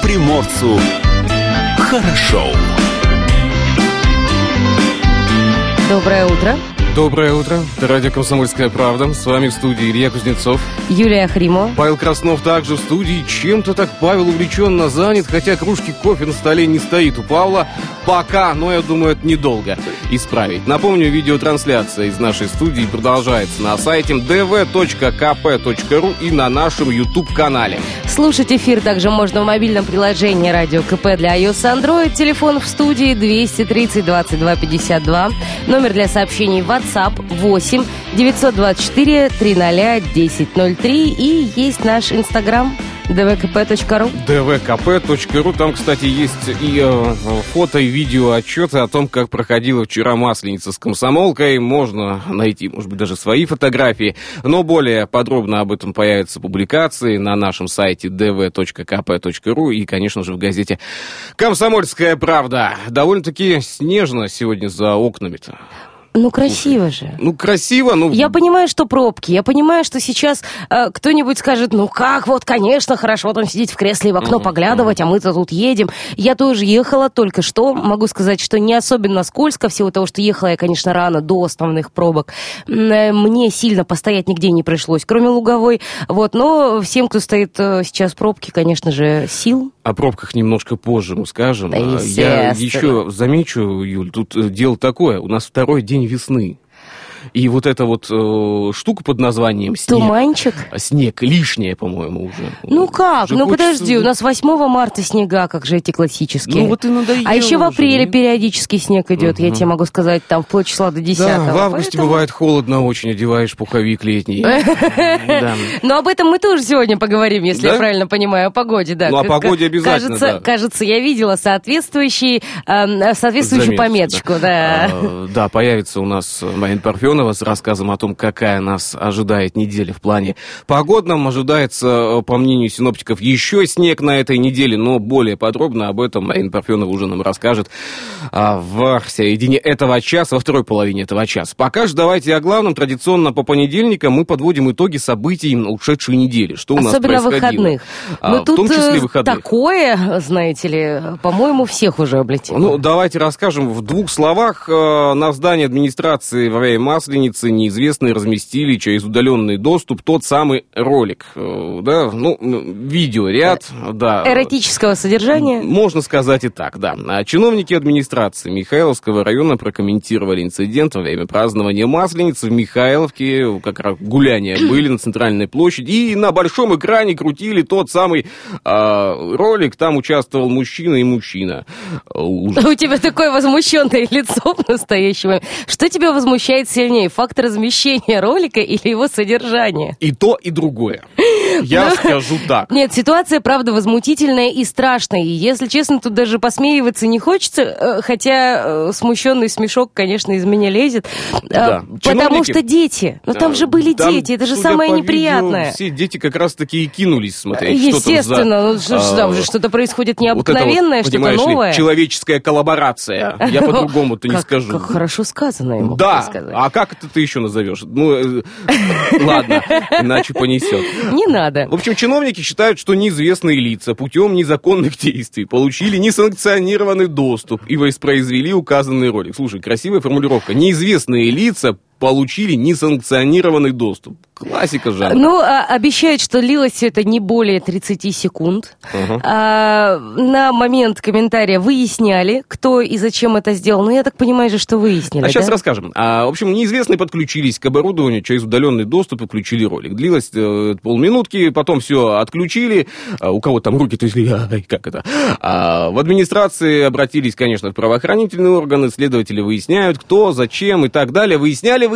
приморцу хорошо. Доброе утро. Доброе утро. Это радио «Комсомольская правда». С вами в студии Илья Кузнецов. Юлия Хримова. Павел Краснов также в студии. Чем-то так Павел увлеченно занят, хотя кружки кофе на столе не стоит у Павла. Пока, но я думаю, это недолго исправить. Напомню, видеотрансляция из нашей студии продолжается на сайте dv.kp.ru и на нашем YouTube-канале. Слушать эфир также можно в мобильном приложении «Радио КП» для iOS и Android. Телефон в студии 230 22 52. Номер для сообщений WhatsApp 8 924 300 1003. И есть наш Инстаграм dvkp.ru. dvkp.ru. Там, кстати, есть и фото, и видео отчеты о том, как проходила вчера Масленица с комсомолкой. Можно найти, может быть, даже свои фотографии. Но более подробно об этом появятся публикации на нашем сайте dv.kp.ru и, конечно же, в газете «Комсомольская правда». Довольно-таки снежно сегодня за окнами-то. Ну, красиво же. Ну, красиво, ну... Я понимаю, что пробки. Я понимаю, что сейчас кто-нибудь скажет, ну как, вот, конечно, хорошо там сидеть в кресле и в окно поглядывать, а мы-то тут едем. Я тоже ехала только что. Могу сказать, что не особенно скользко, всего того, что ехала я, конечно, рано, до основных пробок. Мне сильно постоять нигде не пришлось, кроме Луговой. Вот, но всем, кто стоит сейчас в пробке, конечно же, сил. О пробках немножко позже мы скажем. Да, я еще замечу, Юль, тут дело такое. У нас второй день весны. И вот эта вот штука под названием снег. Туманчик? Снег лишнее, по-моему, уже. Ну как? Уже ну хочется... подожди, у нас 8 марта снега, как же эти классические. Ну вот и надоело. А еще в апреле уже, периодически снег идет, я тебе могу сказать, там вплоть числа до 10-го. Да, в августе Поэтому... бывает холодно очень, одеваешь пуховик летний. Но об этом мы тоже сегодня поговорим, если я правильно понимаю, о погоде. Ну, о погоде обязательно, Кажется, я видела соответствующую пометочку. Да, появится у нас Марина Парфенова с рассказом о том, какая нас ожидает неделя в плане погодном. Ожидается, по мнению синоптиков, еще снег на этой неделе, но более подробно об этом Марина Парфенова уже нам расскажет в середине этого часа, во второй половине этого часа. Пока же давайте о главном. Традиционно по понедельникам мы подводим итоги событий ушедшей недели. Что у нас происходило. Особенно выходных. В том числе выходных. Такое, знаете ли, по-моему, всех уже облетело. Ну, давайте расскажем в двух словах. На здании администрации во время Масленицы неизвестные разместили через удаленный доступ тот самый ролик, да, ну, видеоряд, да. Эротического содержания? Можно сказать и так, да. Чиновники администрации Михайловского района прокомментировали инцидент во время празднования Масленицы в Михайловке, как раз гуляния были на центральной площади, и на большом экране крутили тот самый ролик, там участвовал мужчина и мужчина. Ужас. У тебя такое возмущенное лицо в настоящий момент. Что тебя возмущает сильнее? Факт размещения ролика или его содержание? И то, и другое. Я скажу так. Нет, ситуация, правда, возмутительная и страшная. И, если честно, тут даже посмеиваться не хочется, хотя смущенный смешок, конечно, из меня лезет. Да. Потому что дети. Но там же были дети, это же самое неприятное. Видео, все дети как раз-таки и кинулись смотреть. Естественно, там же что-то происходит необыкновенное, вот что-то новое. Человеческая коллаборация. Я по-другому-то не скажу. Как хорошо сказано ему. Да, а как это ты еще назовешь? Ну, ладно, иначе понесет. Не надо. В общем, чиновники считают, что неизвестные лица путем незаконных действий получили несанкционированный доступ и воспроизвели указанный ролик. Слушай, красивая формулировка. Неизвестные лица получили несанкционированный доступ. Классика жанра. Ну, обещают, что длилось все это не более 30 секунд. На момент комментария выясняли, кто и зачем это сделал. Ну, я так понимаю же, что выяснили. Сейчас расскажем. В общем, неизвестные подключились к оборудованию через удаленный доступ и включили ролик. Длилось полминутки, потом все отключили. У кого там руки трясли, как это? В администрации обратились, конечно, в правоохранительные органы. Следователи выясняют, кто, зачем и так далее. Выясняли.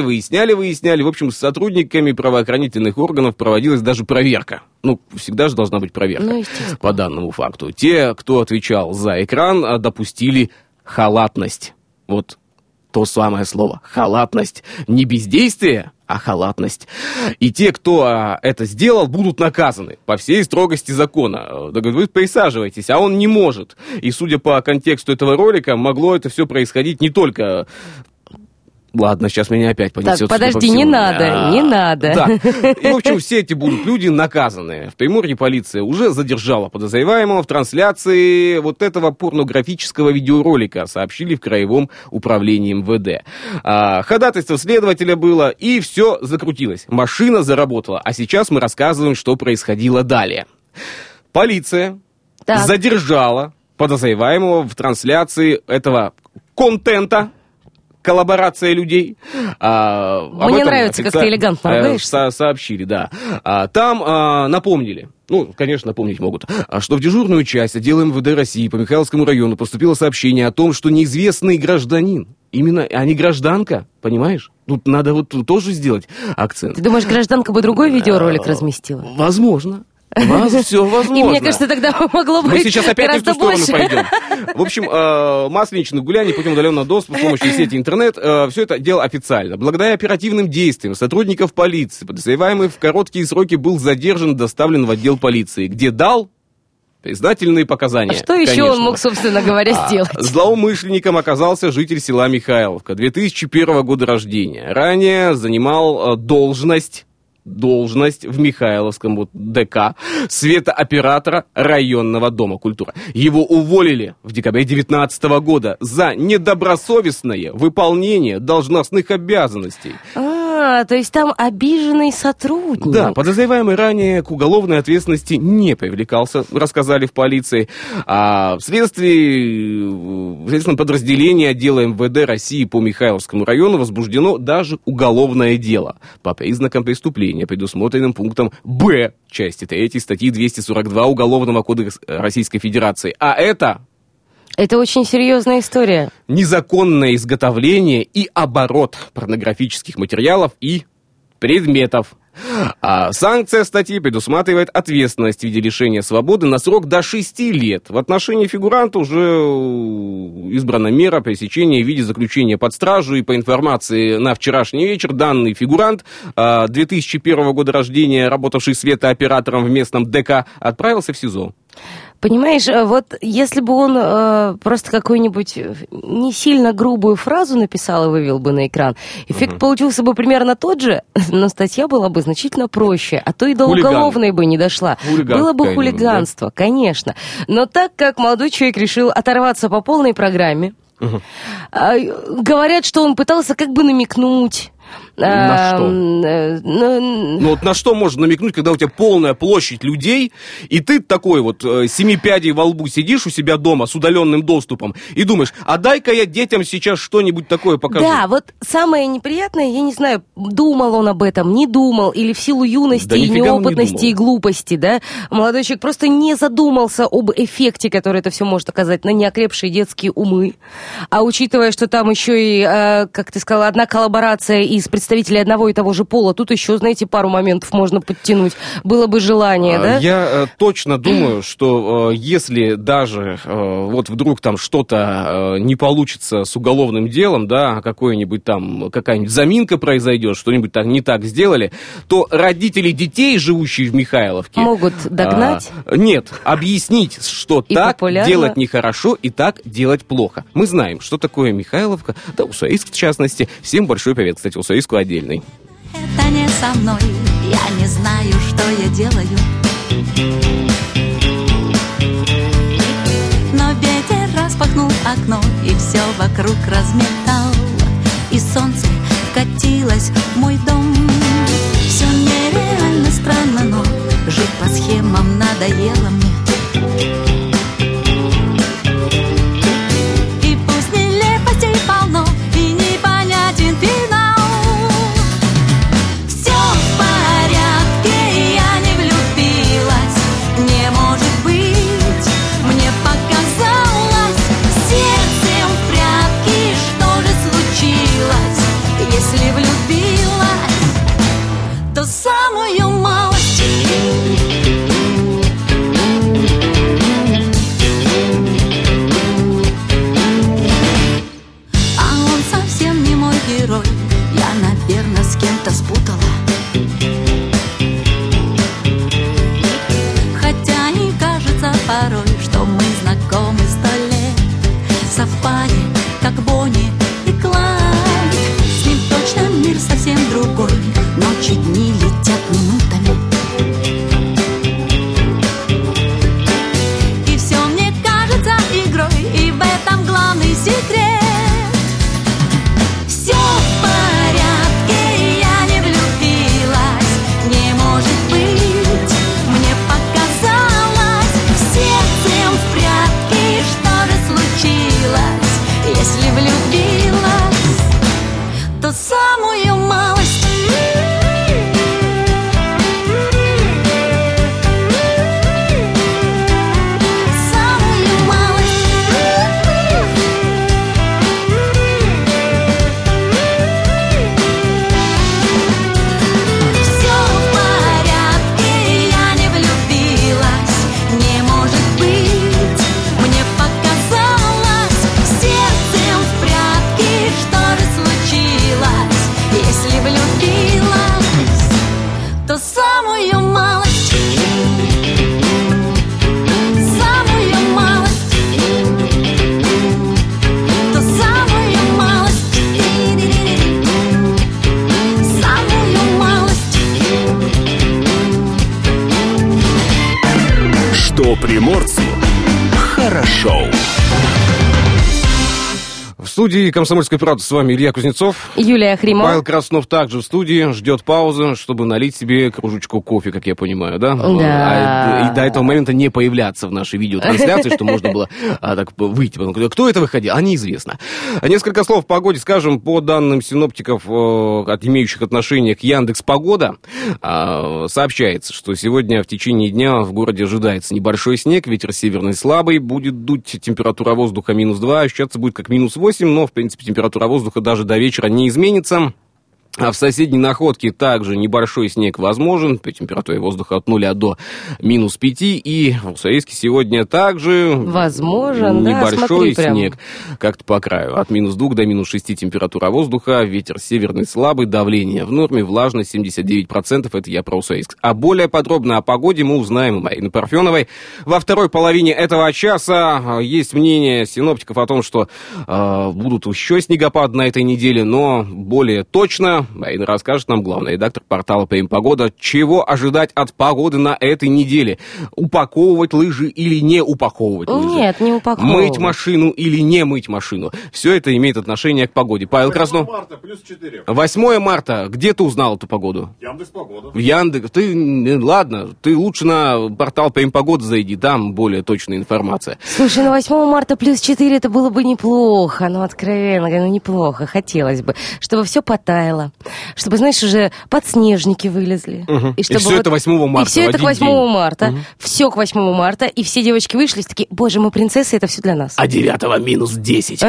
В общем, с сотрудниками правоохранительных органов проводилась даже проверка. Ну, всегда же должна быть проверка по данному факту. Те, кто отвечал за экран, допустили халатность. Вот то самое слово. Халатность. Не бездействие, а халатность. И те, кто это сделал, будут наказаны по всей строгости закона. Да, вы присаживайтесь, а он не может. И судя по контексту этого ролика, могло это все происходить не только Ладно, сейчас меня опять понесет. Так, подожди, не надо. Да. И, в общем, все эти будут люди наказаны. В Приморье полиция уже задержала подозреваемого в трансляции вот этого порнографического видеоролика, сообщили в Краевом управлении МВД. Ходатайство следователя было, и все закрутилось. Машина заработала. А сейчас мы рассказываем, что происходило далее. Полиция задержала подозреваемого в трансляции этого контента, коллаборация людей. Мне нравится, как ты элегантно ругаешься. Сообщили, да. Там напомнили, конечно, напомнить могут, что в дежурную часть отдела МВД России по Михайловскому району поступило сообщение о том, что неизвестный гражданин, именно, а не гражданка, понимаешь? Тут надо вот тоже сделать акцент. Ты думаешь, гражданка бы другой видеоролик разместила? Возможно. Все возможно. И мне кажется, тогда могло быть. Мы сейчас опять не в ту сторону больше пойдем. В общем, масса личных гуляний путем удаленного доступа с помощью сети интернет, все это дело официально. Благодаря оперативным действиям сотрудников полиции подозреваемый в короткие сроки был задержан и доставлен в отдел полиции, где дал признательные показания. Что еще он мог, собственно говоря, сделать? Злоумышленником оказался житель села Михайловка, 2001 года рождения. Ранее занимал должность в Михайловском ДК светооператора районного дома культуры. Его уволили в декабре 2019 года за недобросовестное выполнение должностных обязанностей. То есть там обиженный сотрудник. Да, подозреваемый ранее к уголовной ответственности не привлекался, рассказали в полиции. А в следственном подразделении отдела МВД России по Михайловскому району возбуждено даже уголовное дело по признакам преступления, предусмотренным пунктом Б части 3 статьи 242 Уголовного кодекса Российской Федерации. А это очень серьезная история. Незаконное изготовление и оборот порнографических материалов и предметов. Санкция статьи предусматривает ответственность в виде лишения свободы на срок до 6 лет. В отношении фигуранта уже избрана мера пресечения в виде заключения под стражу. И по информации на вчерашний вечер, данный фигурант 2001 года рождения, работавший светооператором в местном ДК, отправился в СИЗО. Понимаешь, вот если бы он просто какую-нибудь не сильно грубую фразу написал и вывел бы на экран, эффект получился бы примерно тот же, но статья была бы значительно проще, а то и до уголовной бы не дошла. Было бы хулиганство, да? Конечно. Но так как молодой человек решил оторваться по полной программе, говорят, что он пытался как бы намекнуть. На что? Вот на что можно намекнуть, когда у тебя полная площадь людей, и ты такой вот 7 пядей во лбу сидишь у себя дома с удаленным доступом и думаешь, а дай-ка я детям сейчас что-нибудь такое покажу. Да, вот самое неприятное, я не знаю, думал он об этом, не думал, или в силу юности, и неопытности, и глупости, да, молодой человек просто не задумался об эффекте, который это все может оказать на неокрепшие детские умы. А учитывая, что там еще и, как ты сказала, одна коллаборация из представителей одного и того же пола, тут еще, знаете, пару моментов можно подтянуть. Было бы желание, да? Я точно думаю, что если даже вот вдруг там что-то не получится с уголовным делом, да, какая-нибудь заминка произойдет, что-нибудь так не так сделали, то родители детей, живущие в Михайловке, могут догнать? Нет, объяснить, что и так популярно делать нехорошо и так делать плохо. Мы знаем, что такое Михайловка, да, Уссурийск в частности. Всем большой привет, кстати, Уссурийску отдельный. Это не со мной, я не знаю, что я делаю. Но ветер распахнул окно и все вокруг разметал, и солнце вкатилось в мой дом. Все нереально странно, но жить по схемам надоело мне. И пусть нелепостей полно, и непонятен финал. Все в порядке, я не влюбилась, не может быть, мне показалось. Сердцем в прятки, что же случилось? Если влюбилась, то самую малость. По приморцу хорошо. В студии «Комсомольской правды» с вами Илья Кузнецов. Юлия Хримова. Павел Краснов также в студии, ждет паузы, чтобы налить себе кружечку кофе, как я понимаю, да? Да. И до этого момента не появляться в нашей видеотрансляции, что можно было так выйти. Кто это выходил? А неизвестно. Несколько слов о погоде скажем. По данным синоптиков, имеющих отношение к Яндекс.Погода, сообщается, что сегодня в течение дня в городе ожидается небольшой снег, ветер северный слабый, будет дуть температура воздуха -2, ощущаться будет как -8, но, в принципе, температура воздуха даже до вечера не изменится. А в соседней Находке также небольшой снег возможен, по температуре воздуха от 0 до -5. И в Уссурийске сегодня также возможен, небольшой да, снег, как-то по краю. От -2 до -6 температура воздуха, ветер северный слабый, давление в норме, влажность 79%, это я про Уссурийск. А более подробно о погоде мы узнаем у Марины Парфеновой. Во второй половине этого часа есть мнение синоптиков о том, что будут еще снегопады на этой неделе, но более точно Марина расскажет нам, главный редактор портала ПМ Погода, чего ожидать от погоды на этой неделе. Упаковывать лыжи или не упаковывать лыжи? Нет, не упаковывать. Мыть машину или не мыть машину? Все это имеет отношение к погоде. Павел Краснов. 8 марта +4. 8 марта. Где ты узнал эту погоду? Яндекс.Погода. В Яндекс. Ладно, ты лучше на портал ПМ Погода зайди, там более точная информация. Слушай, на 8 марта +4 это было бы неплохо, ну, откровенно, неплохо, хотелось бы, чтобы все потаяло. Чтобы, знаешь, уже подснежники вылезли. И все это 8 марта. И все это к 8 день. марта. Все к 8 марта. И все девочки вышли, такие, боже, мы принцессы, это все для нас. А 9-го -10.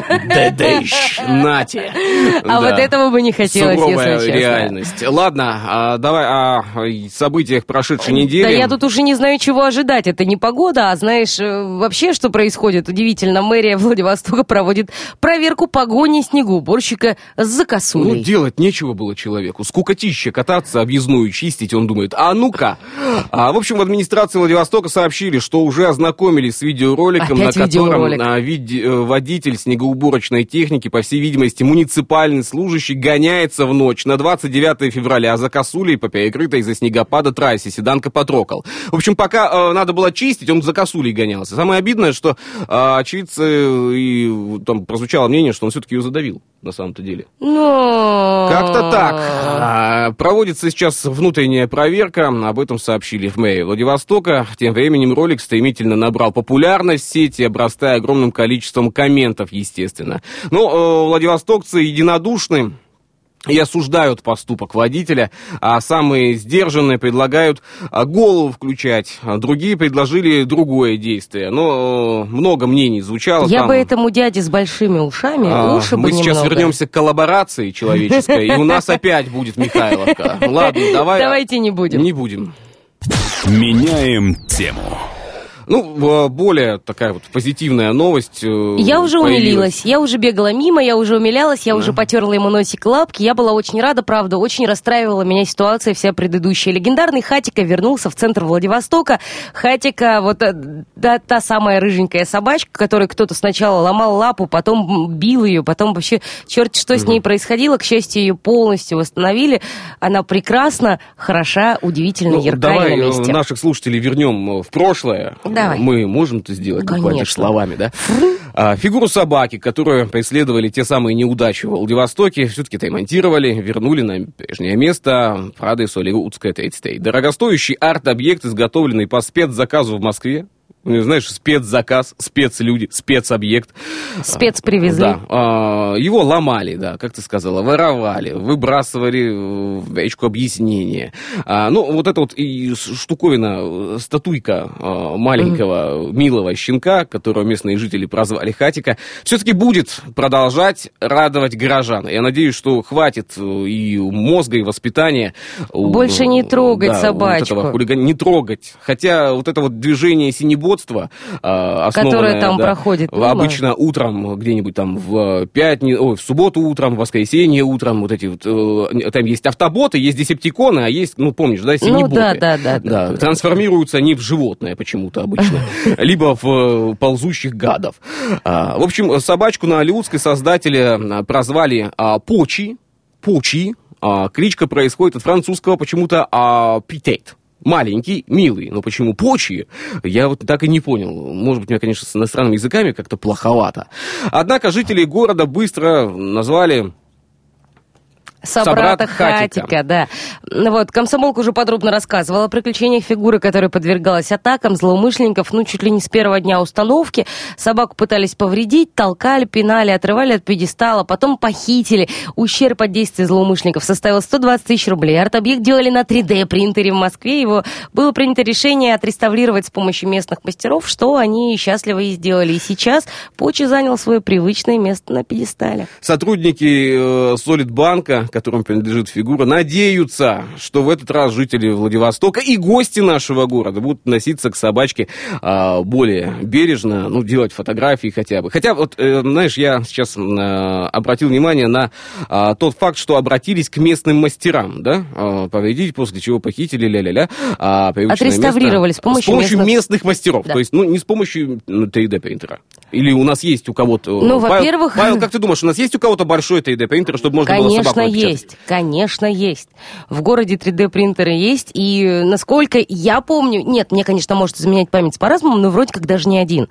Дэдыщ, нате. А вот этого бы не хотелось, суровая если честно. реальность. Ладно, давай о событиях прошедшей недели. Да я тут уже не знаю, чего ожидать. Это не погода, а знаешь, вообще, что происходит? Удивительно, мэрия Владивостока проводит проверку погони снегоуборщика за косулей. Ну, делать нечего было человеку. Скукотища кататься, объездную чистить. Он думает, а ну-ка. В общем, в администрации Владивостока сообщили, что уже ознакомились с видеороликом, опять на котором видеоролик. водитель снегоуборочной техники, по всей видимости, муниципальный служащий, гоняется в ночь на 29 февраля за косулей по перекрытой из-за снегопада трассе Седанка-Потрокол. В общем, пока надо было чистить, он за косулей гонялся. Самое обидное, что очевидцы, и там прозвучало мнение, что он все-таки ее задавил, на самом-то деле. Но... Как-то так. Проводится сейчас внутренняя проверка, об этом сообщили в мэрии Владивостока. Тем временем ролик стремительно набрал популярность в сети, обрастая огромным количеством комментов, естественно. Но владивостокцы единодушны и осуждают поступок водителя, а самые сдержанные предлагают голову включать, другие предложили другое действие. Но много мнений звучало. Я там... бы этому дяде с большими ушами уши бы Мы сейчас немного. вернемся к коллаборации человеческой, и у нас опять будет Михайловка. Ладно, Давайте не будем. Не будем. Меняем тему. Ну, более такая вот позитивная новость. Я уже умилилась, я уже бегала мимо, я уже умилялась, я уже потерла ему носик, лапки. Я была очень рада, правда, очень расстраивала меня ситуация вся предыдущая. Легендарный Хатико вернулся в центр Владивостока. Хатико, вот та самая рыженькая собачка, которой кто-то сначала ломал лапу, потом бил ее, потом вообще черт что с ней происходило. К счастью, ее полностью восстановили. Она прекрасна, хороша, удивительно, яркая на месте. Давай наших слушателей вернем в прошлое. Давай. Мы можем это сделать буквально Конечно. словами, да? Фигуру собаки, которую преследовали те самые неудачи в Владивостоке, все-таки ремонтировали, вернули на прежнее место. Правда, Солигутская 33. Дорогостоящий арт-объект, изготовленный по спецзаказу в Москве. Знаешь, спецзаказ, спецлюди, спецобъект. Спец привезли. Да. Его ломали, да, как ты сказала, воровали, выбрасывали в речку объяснения. Ну, вот эта вот и штуковина, статуйка маленького, милого щенка, которого местные жители прозвали Хатико, все-таки будет продолжать радовать горожан. Я надеюсь, что хватит и мозга, и воспитания. Больше не трогать собачку. Вот этого не трогать. Хотя вот это вот движение синебо, которое там проходит обычно утром, где-нибудь там в субботу утром, в воскресенье утром, вот эти вот, там есть автоботы, есть десептиконы, а есть, ну, помнишь, да, синеботы. Да. Трансформируются они в животное почему-то обычно, либо в ползущих гадов. В общем, собачку на Алиутской создатели прозвали Почи. Кличка происходит от французского почему-то «питейт». маленький, милый. Но почему Почи, я вот так и не понял. Может быть, у меня, конечно, с иностранными языками как-то плоховато. Однако жители города быстро назвали... Собрата Хатика, да. Вот, комсомолка уже подробно рассказывала о приключениях фигуры, которая подвергалась атакам злоумышленников, чуть ли не с первого дня установки. Собаку пытались повредить, толкали, пинали, отрывали от пьедестала, потом похитили. Ущерб от действий злоумышленников составил 120 тысяч рублей. Арт-объект делали на 3D-принтере в Москве. Его было принято решение отреставрировать с помощью местных мастеров, что они счастливо и сделали. И сейчас Почи занял свое привычное место на пьедестале. Сотрудники Солидбанка, которым принадлежит фигура, надеются, что в этот раз жители Владивостока и гости нашего города будут относиться к собачке более бережно, делать фотографии хотя бы. Хотя, вот, знаешь, я сейчас обратил внимание на тот факт, что обратились к местным мастерам, да, повредить, после чего похитили, отреставрировали с помощью местных мастеров. Да. То есть, не с помощью 3D-принтера. Или у нас есть у кого-то... во-первых... Павел, как ты думаешь, у нас есть у кого-то большой 3D-принтер, чтобы можно было собаку напечатать? Конечно, есть. В городе 3D-принтеры есть, и насколько я помню... Нет, мне, конечно, может изменять память по-разному, но вроде как даже не один.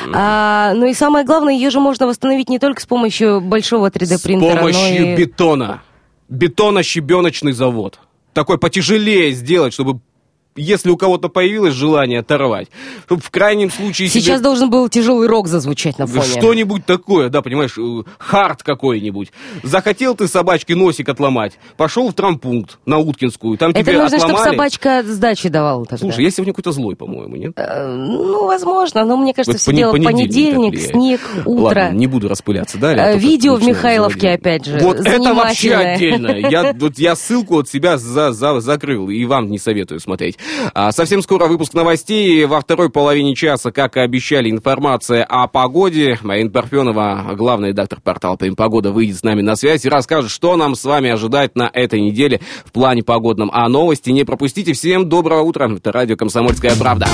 Ну и самое главное, ее же можно восстановить не только с помощью большого 3D-принтера, с помощью бетона. Бетонощебеночный завод. Такой потяжелее сделать, чтобы... Если у кого-то появилось желание оторвать, чтобы в крайнем случае... Сейчас должен был тяжелый рок зазвучать на фоне. Что-нибудь такое, да, понимаешь, хард какой-нибудь. Захотел ты собачке носик отломать, пошел в травмпункт на Уткинскую, там тебе отломали. Это нужно, чтобы собачка сдачи давала тогда. Слушай, я сегодня какой-то злой, по-моему, нет? Возможно, но мне кажется, все дело в понедельник, снег, утро. Ладно, не буду распыляться далее. Видео в Михайловке, опять же, вот это вообще отдельно. Я ссылку от себя закрыл, и вам не советую смотреть. Совсем скоро выпуск новостей. Во второй половине часа, как и обещали, информация о погоде. Марина Парфенова, главный редактор портала «Погода», выйдет с нами на связь и расскажет, что нам с вами ожидать на этой неделе в плане погодном. А новости не пропустите. Всем доброго утра. Это радио «Комсомольская правда».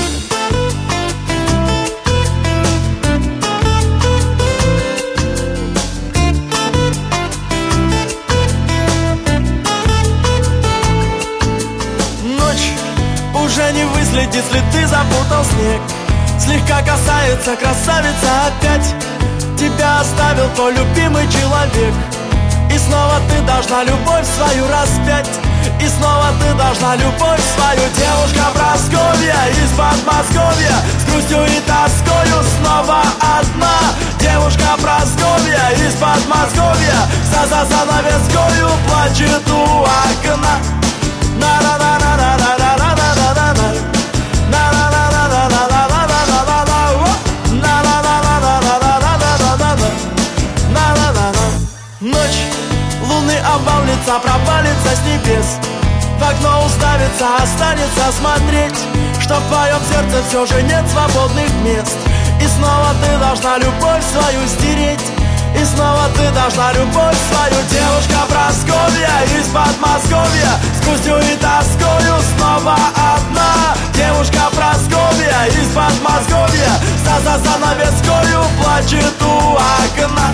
Не выследит, если ты запутал снег. Слегка касается красавица опять. Тебя оставил твой любимый человек. И снова ты должна любовь свою распять. И снова ты должна любовь свою. Девушка Прасковья из Подмосковья, с грустью и тоскою снова одна. Девушка Прасковья из Подмосковья, за занавескою плачет у окна. Ночь, лунный овал лица провалится с небес. В окно уставится, останется смотреть, что в твоем сердце все же нет свободных мест. И снова ты должна любовь свою стереть. И снова ты должна любовь свою. Девушка Прасковья из Подмосковья, с грустью и тоскою снова одна. Девушка Прасковья из Подмосковья, за занавескою плачет у окна.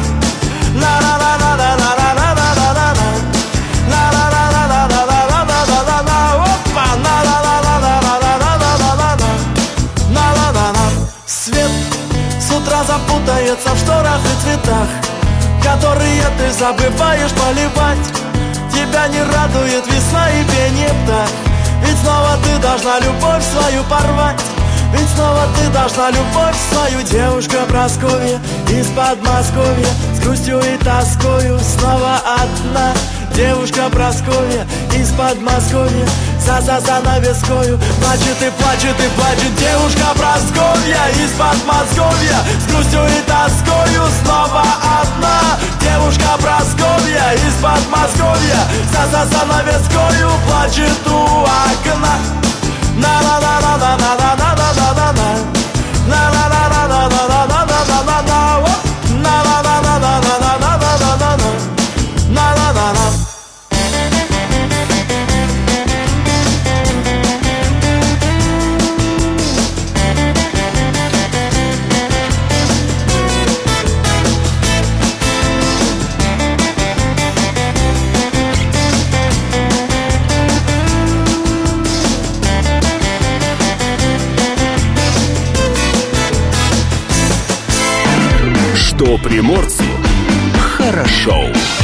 Свет с утра запутается в шторах и цветах, которые ты забываешь поливать. Тебя не радует весна и пение птах. Ведь снова ты должна любовь свою порвать. Ведь снова ты должна любовь свою. Девушка Прасковья из Подмосковья, с грустью и тоскою снова одна. Девушка Прасковья из Подмосковья, за занавескою плачет и плачет и плачет. Девушка Прасковья из Подмосковья, с грустью и тоскою снова одна. Девушка Прасковья из Подмосковья, за занавескою плачет у окна. По приморцу хорошо.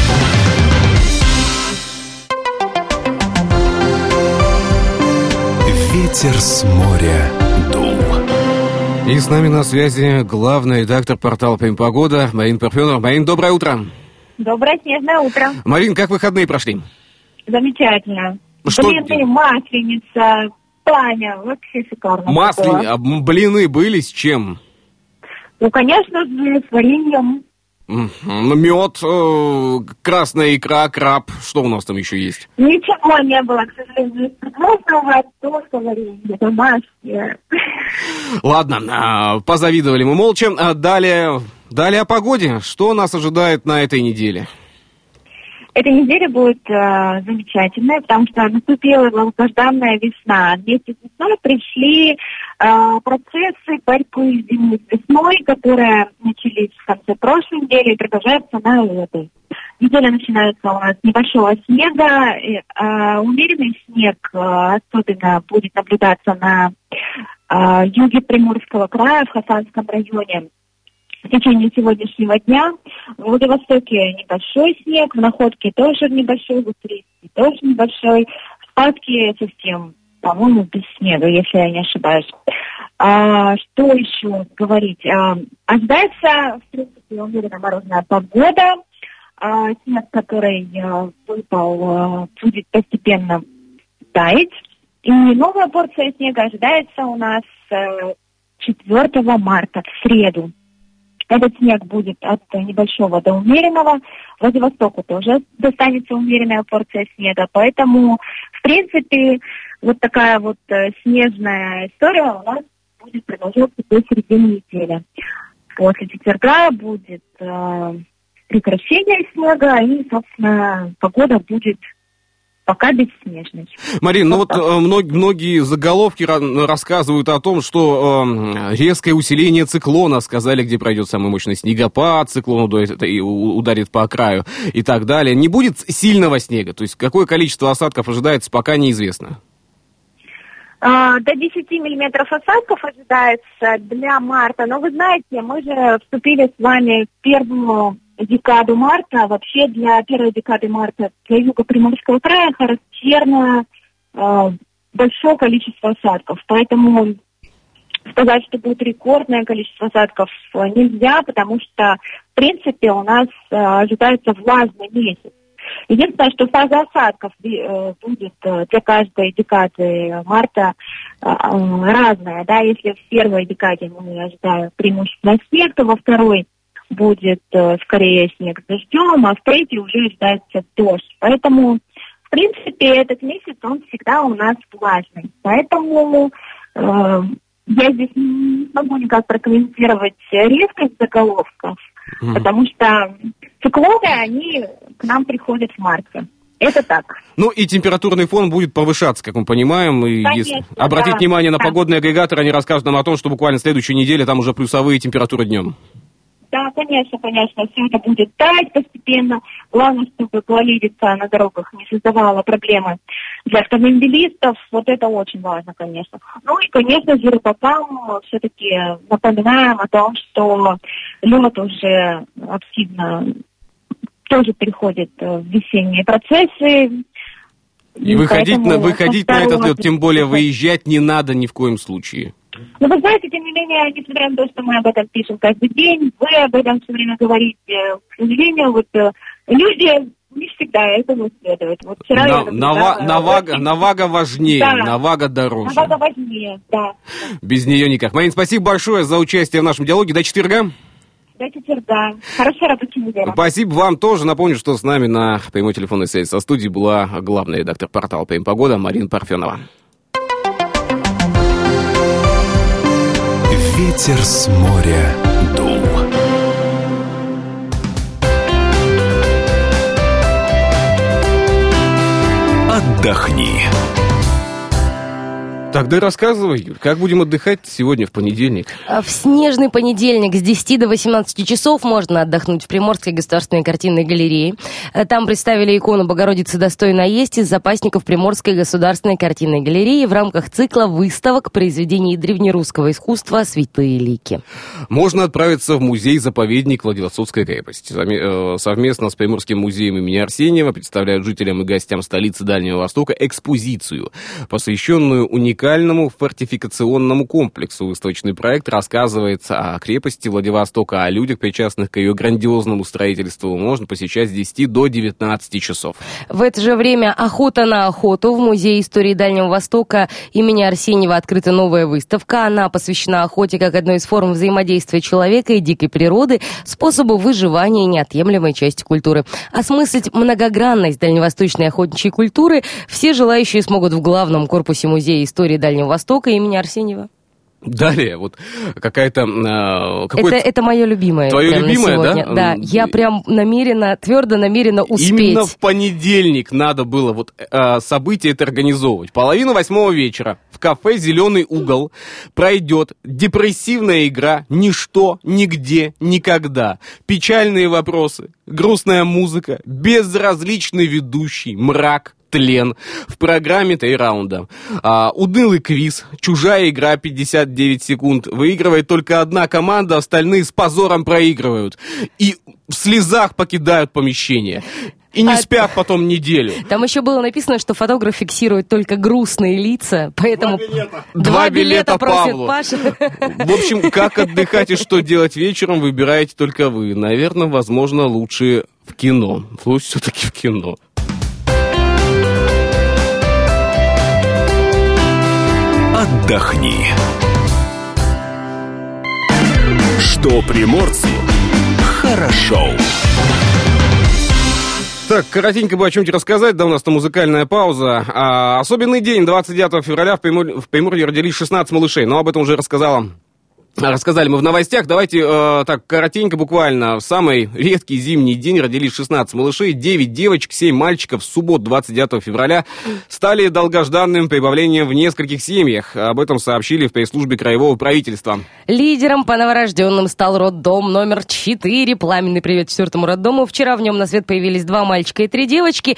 Ветер с моря дул. И с нами на связи главный редактор портала «Погода» Марина Парфенова. Марин, доброе утро. Доброе снежное утро. Марин, как выходные прошли? Замечательно. Что? Блины, масленица, баня. Вообще шикарно. Блины были с чем? Ну, конечно же, с вареньем. Мед, красная икра, краб. Что у нас там еще есть? Ничего не было, к сожалению. Просто только варенье, домашнее. Ладно, позавидовали мы молча. Далее о погоде. Что нас ожидает на этой неделе? Эта неделя будет замечательная, потому что наступила долгожданная весна. Вместе с весной пришли процессы борьбы зимы с весной, которые начались в конце прошлой недели и продолжаются на этой. Неделя начинается у нас с небольшого снега. Умеренный снег особенно будет наблюдаться на юге Приморского края, в Хасанском районе. В течение сегодняшнего дня в Владивостоке небольшой снег, в Находке тоже небольшой, в Уссурийске тоже небольшой, в Спаске совсем, по-моему, без снега, если я не ошибаюсь. Что еще говорить? Ожидается, в принципе, умеренно морозная погода. Снег, который выпал, будет постепенно таять. И новая порция снега ожидается у нас 4 марта, в среду. Этот снег будет от небольшого до умеренного. Владивостоку тоже достанется умеренная порция снега. Поэтому, в принципе, вот такая вот снежная история у нас будет продолжаться до середины недели. После четверга будет прекращение снега, и, собственно, погода будет пока бесснежный. Марин, ну вот многие заголовки рассказывают о том, что резкое усиление циклона, сказали, где пройдет самый мощный снегопад, циклон ударит по краю и так далее. Не будет сильного снега, то есть какое количество осадков ожидается, пока неизвестно. До 10 миллиметров осадков ожидается для марта, но вы знаете, мы же вступили с вами в первую декаду марта. Вообще для первой декады марта для юга Приморского края характерно большое количество осадков. Поэтому сказать, что будет рекордное количество осадков, нельзя, потому что, в принципе, у нас ожидается влажный месяц. Единственное, что фаза осадков будет для каждой декады марта разная. Да? Если в первой декаде мы ожидаем преимущественно снег, то во второй будет скорее снег с дождем, а в третьей уже ожидается дождь. Поэтому, в принципе, этот месяц, он всегда у нас влажный. Поэтому я здесь не могу никак прокомментировать резкость заголовков, потому что циклоны, они к нам приходят в марте. Это так. Ну и температурный фон будет повышаться, как мы понимаем. И конечно, если обратить внимание на погодные агрегаторы, они расскажут нам о том, что буквально в следующей неделе там уже плюсовые температуры днем. Да, конечно, все это будет таять постепенно. Главное, чтобы гололедица на дорогах не создавала проблемы для автомобилистов. Вот это очень важно, конечно. Ну и, конечно же, рыбакам все-таки напоминаем о том, что лед уже активно тоже переходит в весенние процессы. И выходить на этот лед, тем более выезжать не надо ни в коем случае. Но вы знаете, тем не менее, несмотря на то, что мы об этом пишем каждый день, вы об этом все время говорите, к сожалению, вот люди не всегда этому следуют. Вот вчера Навага важнее, да. Навага дороже. Навага важнее, да. Без нее никак. Марин, спасибо большое за участие в нашем диалоге. До четверга. До четверга. Хорошей рабочей недели. Спасибо вам тоже. Напомню, что с нами на прямой телефонной связи со студией была главный редактор портала «Погода» Марина Парфенова. Ветер с моря дул. Отдохни. Тогда рассказывай, Юль, как будем отдыхать сегодня в понедельник? В снежный понедельник с 10 до 18 часов можно отдохнуть в Приморской государственной картинной галерее. Там представили икону Богородицы «Достойно есть» из запасников Приморской государственной картинной галереи в рамках цикла выставок произведений древнерусского искусства «Святые лики». Можно отправиться в музей-заповедник Владивостокской крепости. Совместно с Приморским музеем имени Арсеньева представляют жителям и гостям столицы Дальнего Востока экспозицию, посвященную уникальному фортификационному комплексу. Выставочный проект рассказывает о крепости Владивостока, о людях, причастных к ее грандиозному строительству. Можно посещать с 10 до 19 часов. В это же время «Охота на охоту». В Музее истории Дальнего Востока имени Арсеньева открыта новая выставка. Она посвящена охоте как одной из форм взаимодействия человека и дикой природы, способу выживания и неотъемлемой части культуры. Осмыслить многогранность дальневосточной охотничьей культуры все желающие смогут в главном корпусе Музея истории Дальнего Востока имени Арсеньева. Далее, вот какая-то... Это мое любимое. Твое любимое, да? Да, я прям твердо намерена успеть. Именно в понедельник надо было вот событие это организовывать. 7:30 вечера в кафе «Зеленый угол» пройдет депрессивная игра «Ничто, нигде, никогда». Печальные вопросы, грустная музыка, безразличный ведущий, мрак, тлен. В программе 3 раунда. Унылый квиз, чужая игра 59 секунд. Выигрывает только одна команда, остальные с позором проигрывают. И в слезах покидают помещение. И не спят потом неделю. Там еще было написано, что фотограф фиксирует только грустные лица, поэтому... 2 билета просит Павлу. Паша. В общем, как отдыхать и что делать вечером, выбираете только вы. Наверное, возможно, лучше в кино. Лучше все-таки в кино. Отдохни. Что приморцу хорошо. Так, коротенько бы о чем-то рассказать, да, у нас-то музыкальная пауза. Особенный день, 29 февраля в Приморье родились 16 малышей, но об этом уже рассказали мы в новостях. Давайте так коротенько буквально. В самый редкий зимний день родились 16 малышей, 9 девочек, 7 мальчиков. В субботу 29 февраля стали долгожданным прибавлением в нескольких семьях. Об этом сообщили в пресс-службе краевого правительства. Лидером по новорожденным стал роддом номер 4. Пламенный привет 4-му роддому. Вчера в нем на свет появились 2 мальчика и 3 девочки.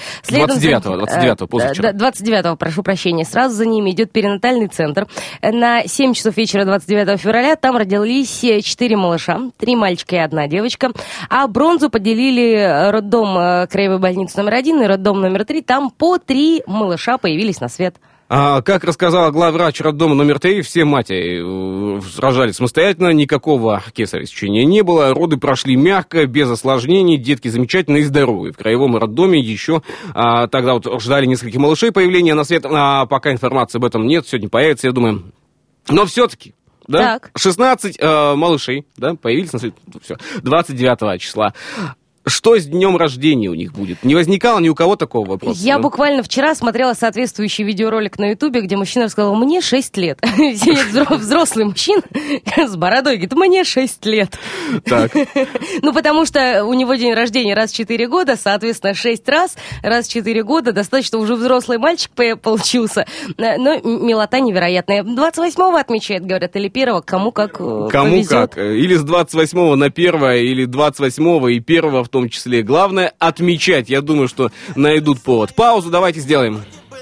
29-го, позавчера. 29-го, прошу прощения. Сразу за ними идет перинатальный центр. На 7 часов вечера 29 февраля там родились 4 малыша, 3 мальчика и 1 девочка. А бронзу поделили роддом краевой больницы номер 1 и роддом номер 3. Там по 3 малыша появились на свет. Как рассказала главврач роддома номер 3, все матери рожались самостоятельно, никакого кесарево сечения не было, роды прошли мягко, без осложнений, детки замечательные и здоровые. В краевом роддоме еще тогда вот ждали нескольких малышей появления на свет, пока информации об этом нет, сегодня появится, я думаю. Но все-таки... Да? Так. 16 малышей, да, появились на свет, все, 29 числа. Что с днем рождения у них будет? Не возникало ни у кого такого вопроса? Я буквально вчера смотрела соответствующий видеоролик на Ютубе, где мужчина рассказал: мне 6 лет. Взрослый мужчина с бородой говорит: мне 6 лет. Так. Ну, потому что у него день рождения раз в 4 года, соответственно, 6 раз в 4 года. Достаточно уже взрослый мальчик получился. Но милота невероятная. 28-го отмечает, говорят, или 1-го, кому как повезет. Кому как. Или с 28-го на 1-го, или 28-го и 1-го в том числе. Главное отмечать. Я думаю, что найдут повод. Паузу давайте сделаем.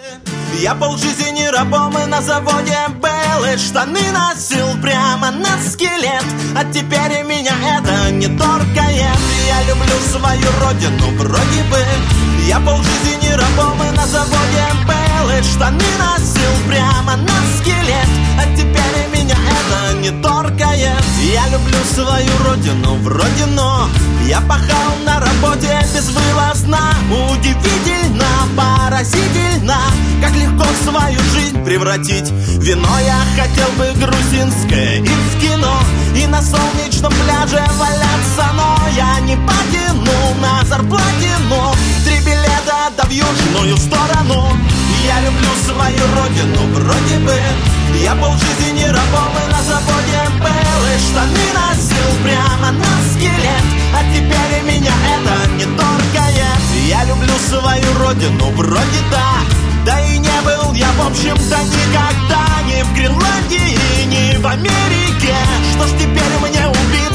Я полжизни рабом и на заводе был, и штаны носил прямо на скелет. А теперь меня это не торкает. Я люблю свою родину вроде бы. Я полжизни рабом и на заводе был, и штаны носил прямо на скелет. А теперь меня это не торкает. Я люблю свою родину вроде, но я пахал на работе безвылазно. Удивительно, поразительно, как легко свою жизнь превратить в вино. Я хотел бы грузинское и в кино, и на солнечном пляже валяться, но я не потяну на зарплатину 3 билета да в южную сторону. Я люблю свою родину вроде бы. Я полжизни рабом и на заводе был, и штаны носил прямо на скелет. А теперь меня это не торкает. Я люблю свою родину вроде да. Да и не был я в общем-то никогда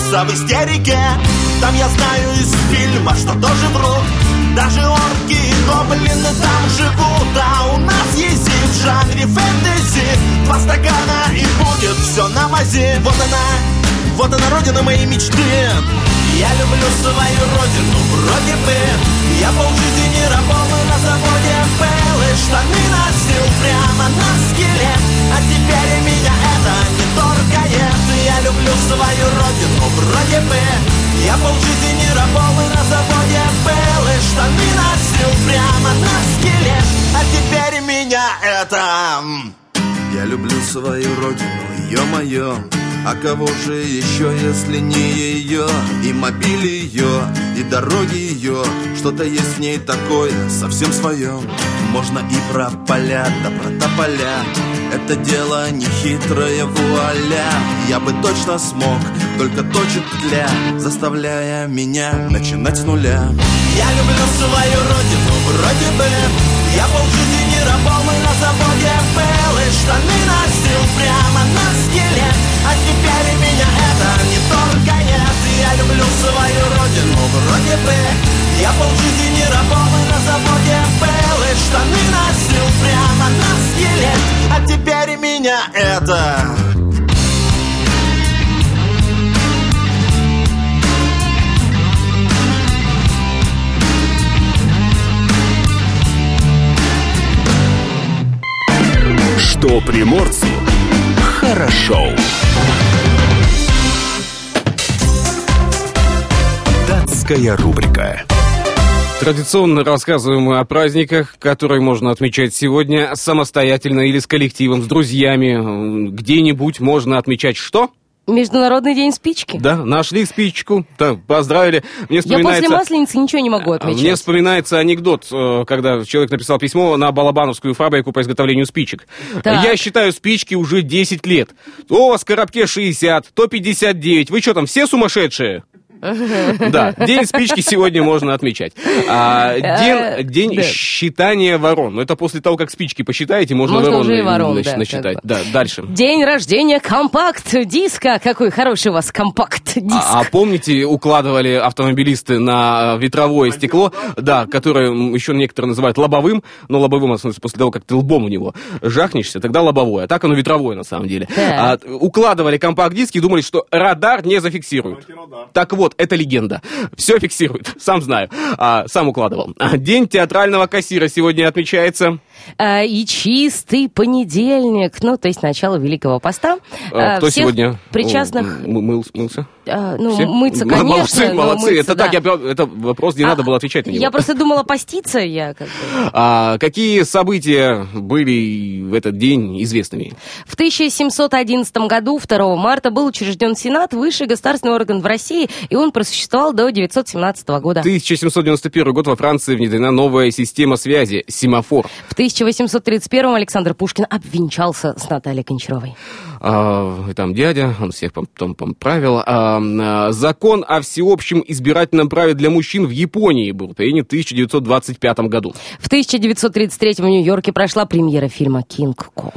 находится в истерике. Там я знаю из фильма, что тоже врут. Даже орки и гоблины там живут. А у нас есть и в жанре фэнтези 2 стакана и будет все на мази. Вот она родина моей мечты. Я люблю свою родину, вроде бы. Я полжизни работал на заводе ФЛ и штаны носил прямо на скелет. А теперь меня это не торкает. Я люблю свою родину, вроде бы. Я полжизни работал на заводе ФЛ и штаны носил прямо на скелет. А теперь меня это... Я люблю свою родину, ё-моё. А кого же еще, если не ее? И мобиль ее, и дороги ее. Что-то есть в ней такое, совсем свое. Можно и про поля, да про тополя. Это дело не хитрое, вуаля. Я бы точно смог, только точит тля, заставляя меня начинать с нуля. Я люблю свою родину, вроде бы. Я полжизни работал на заводе ФЛ и штаны носил прямо на скелет. А теперь меня это не торкает. Я люблю свою родину, вроде бы. Я полжизни работал на заводе ФЛ и штаны носил прямо на скелет. А теперь меня это... Что приморцу хорошо. Датская рубрика. Традиционно рассказываем мы о праздниках, которые можно отмечать сегодня самостоятельно или с коллективом, с друзьями. Где-нибудь можно отмечать что? Международный день спички. Да, нашли спичку, да, поздравили. Мне Я после Масленицы ничего не могу отмечать. Мне вспоминается анекдот, когда человек написал письмо на Балабановскую фабрику по изготовлению спичек. Так. Я считаю спички уже 10 лет. То у вас в коробке 60, то 59. Вы что там, все сумасшедшие? Да, день спички сегодня можно отмечать. День считания ворон. Но это после того, как спички посчитаете, можно ворон насчитать. Да, дальше. День рождения компакт-диска. Какой хороший у вас компакт-диск. А помните, укладывали автомобилисты на ветровое стекло, да, которое еще некоторые называют лобовым, но лобовым, в смысле, после того, как ты лбом у него жахнешься, тогда лобовое, а так оно ветровое на самом деле. Укладывали компакт-диски и думали, что радар не зафиксирует. Так вот, это легенда. Все фиксирует, сам знаю, сам укладывал. День театрального кассира сегодня отмечается. И чистый понедельник, ну, то есть начало Великого Поста. Кто сегодня причастных... мылся? Мыться, конечно. Молодцы. Мыться, это вопрос, не надо было отвечать на него. Я просто думала поститься, какие события были в этот день известными? В 1711 году, 2 марта, был учрежден Сенат, высший государственный орган в России, и он просуществовал до 1917 года. 1791 год, во Франции внедрена новая система связи – семафор. В 1831 Александр Пушкин обвенчался с Натальей Кончаровой. Там дядя, он всех потом правил. Закон о всеобщем избирательном праве для мужчин в Японии был принят в 1925 году. В 1933 в Нью-Йорке прошла премьера фильма «Кинг-Конг».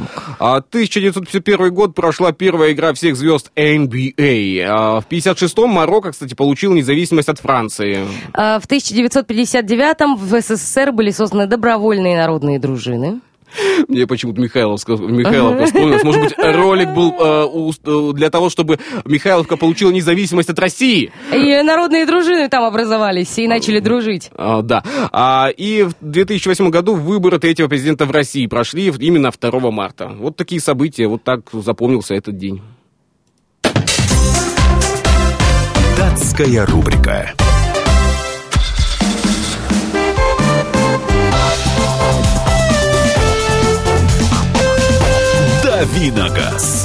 1951 год прошла первая игра всех звезд NBA. В 1956-м Марокко, кстати, получил независимость от Франции. В 1959-м в СССР были созданы добровольные народные дружины. Мне почему-то Михайловка вспомнилась. Может быть, ролик был для того, чтобы Михайловка получила независимость от России. И народные дружины там образовались и начали дружить. Да. И в 2008 году выборы третьего президента в России прошли именно 2 марта. Вот такие события, вот так запомнился этот день. Датская рубрика. Давиногаз.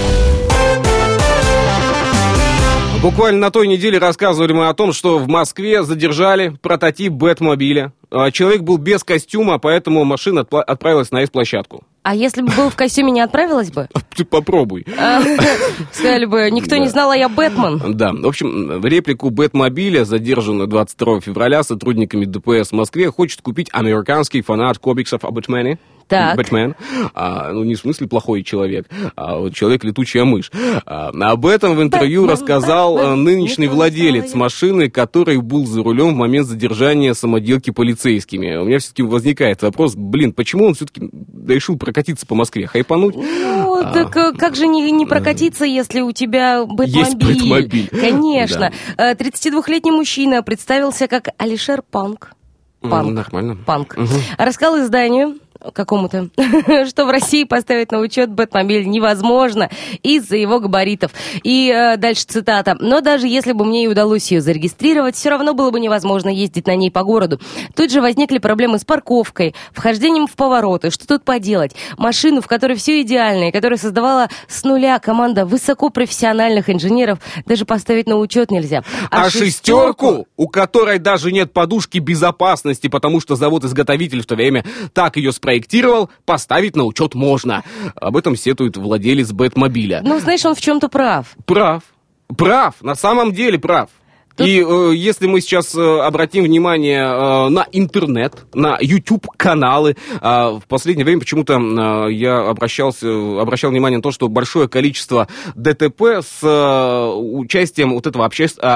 Буквально на той неделе рассказывали мы о том, что в Москве задержали прототип Бэтмобиля. Человек был без костюма, поэтому машина отправилась на площадку. А если бы был в костюме, не отправилась бы? Ты попробуй. Сказали бы, никто не знал, а я Бэтмен. Да, в общем, реплику Бэтмобиля, задержанную 22 февраля сотрудниками ДПС в Москве, хочет купить американский фанат комиксов о Бэтмене. Так. Бэтмен. Ну, не в смысле плохой человек, а вот человек-летучая мышь. Об этом в интервью рассказал нынешний владелец машины, который был за рулем в момент задержания самоделки полицейскими. У меня все-таки возникает вопрос, почему он все-таки решил прокатиться по Москве, хайпануть? Ну, так как же не прокатиться, если у тебя Бэтмобиль? Есть Бэтмобиль. Конечно. 32-летний мужчина представился как Алишер Панк. Нормально. Панк. Рассказал изданию какому-то, что в России поставить на учет Бэтмобиль невозможно из-за его габаритов. И дальше цитата. «Но даже если бы мне и удалось ее зарегистрировать, все равно было бы невозможно ездить на ней по городу. Тут же возникли проблемы с парковкой, вхождением в повороты. Что тут поделать? Машину, в которой все идеально, и которая создавала с нуля команда высокопрофессиональных инженеров, даже поставить на учет нельзя. А шестерку, у которой даже нет подушки безопасности, потому что завод-изготовитель в то время так ее спроектировал, поставить на учет можно. Об этом сетует владелец Бэтмобиля. Ну, знаешь, он в чем-то прав. Прав, на самом деле прав. И если мы сейчас обратим внимание на интернет, на YouTube-каналы, в последнее время почему-то я обращал внимание на то, что большое количество ДТП с участием вот этого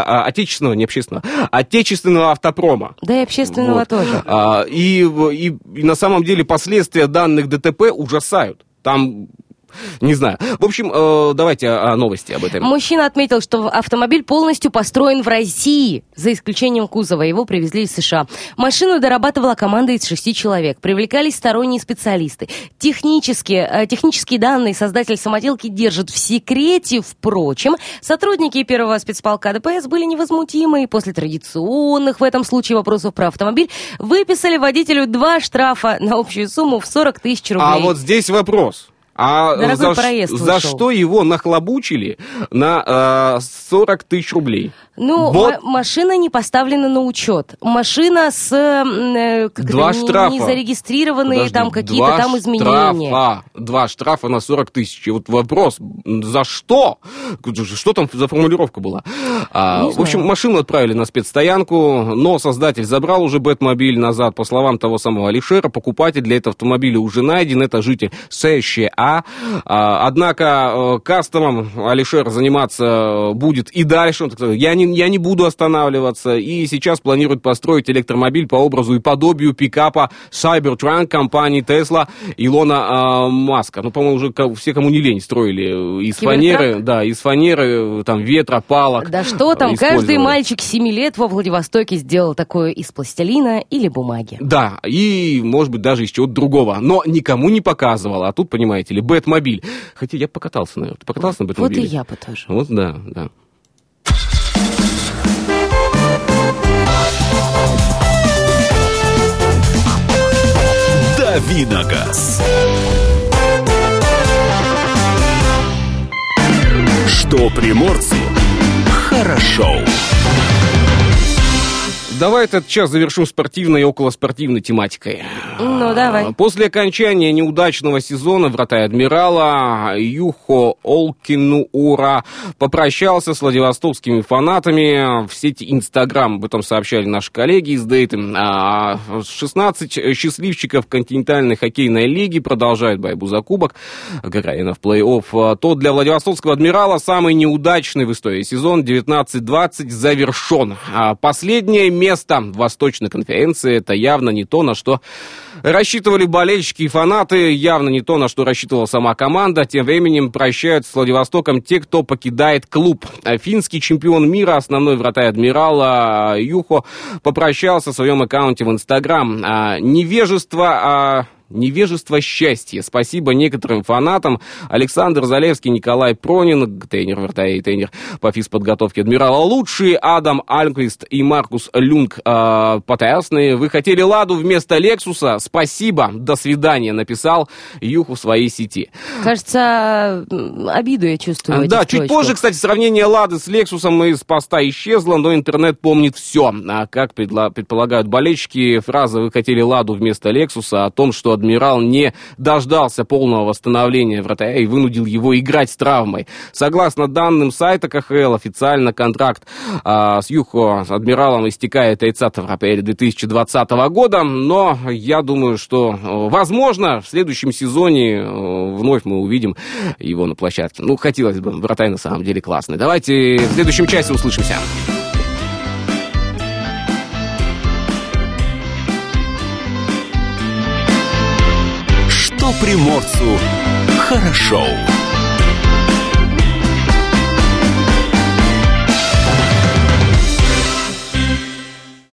отечественного автопрома. Да и общественного тоже. И на самом деле последствия данных ДТП ужасают. Там... Не знаю. В общем, давайте о новости об этом. Мужчина отметил, что автомобиль полностью построен в России, за исключением кузова. Его привезли из США. Машину дорабатывала команда из 6 человек. Привлекались сторонние специалисты. Технические данные создатель самоделки держит в секрете. Впрочем, сотрудники первого спецполка ДПС были невозмутимы и после традиционных в этом случае вопросов про автомобиль выписали водителю 2 штрафа на общую сумму в 40 тысяч рублей. А вот здесь вопрос. За ушел. что его нахлобучили на 40 тысяч рублей? Ну, вот. Машина не поставлена на учет. Машина с не зарегистрированные там какие-то там изменения. 2 штрафа на 40 тысяч. И вот вопрос, за что? Что там за формулировка была? В общем, машину отправили на спецстоянку, но создатель забрал уже Бэтмобиль назад. По словам того самого Алишера, покупатель для этого автомобиля уже найден. Это житель США. Однако кастомом Алишер заниматься будет и дальше. Он сказал, я не буду останавливаться. И сейчас планирует построить электромобиль по образу и подобию пикапа Cybertruck компании Tesla Илона Маска. Ну, по-моему, уже все, кому не лень, строили из фанеры, там, ветра, палок. Да что там, каждый мальчик 7 лет во Владивостоке сделал такое из пластилина или бумаги. Да, и, может быть, даже из чего-то другого. Но никому не показывал. А тут, понимаете ли, Бэтмобиль. Хотя я покатался, наверное. Ты покатался на Бэтмобиле? Вот и я бы тоже. Вот, да. Давиногаз. Что приморцу хорошо. Давай этот час завершим спортивной и околоспортивной тематикой. Ну, давай. После окончания неудачного сезона вратарь «Адмирала» Юхо Олкинуура попрощался с владивостокскими фанатами в сети Инстаграм. Об этом сообщали наши коллеги из Дейты. 16 счастливчиков континентальной хоккейной лиги продолжают борьбу за кубок. Гагарина в плей-офф. То для владивостокского «Адмирала» самый неудачный в истории сезон 19-20 завершен. Последнее место в Восточной конференции — это явно не то, на что рассчитывали болельщики и фанаты, явно не то, на что рассчитывала сама команда. Тем временем прощаются с Владивостоком те, кто покидает клуб. Финский чемпион мира, основной вратарь «Адмирала» Юхо попрощался в своем аккаунте в Инстаграм. Невежество счастья. Спасибо некоторым фанатам. Александр Залевский, Николай Пронин, тренер вратарей и тренер по физподготовке «Адмирала». Лучшие Адам Альквист и Маркус Люнг потрясные. Вы хотели «Ладу» вместо «Лексуса»? Спасибо. До свидания, написал Юху в своей сети. Кажется, обиду я чувствую. Да, чуть позже, кстати, сравнение «Лады» с «Лексусом» из поста исчезло, но интернет помнит все. Как предполагают болельщики, фраза «Вы хотели «Ладу» вместо «Лексуса» о том, что «Адмирал» не дождался полного восстановления вратаря и вынудил его играть с травмой. Согласно данным сайта КХЛ, официально контракт с Юхо «Адмиралом» истекает 30 апреля 2020 года, но я думаю, что, возможно, в следующем сезоне вновь мы увидим его на площадке. Ну, хотелось бы, вратарь на самом деле классный. Давайте в следующем часе услышимся. Что приморцу хорошо.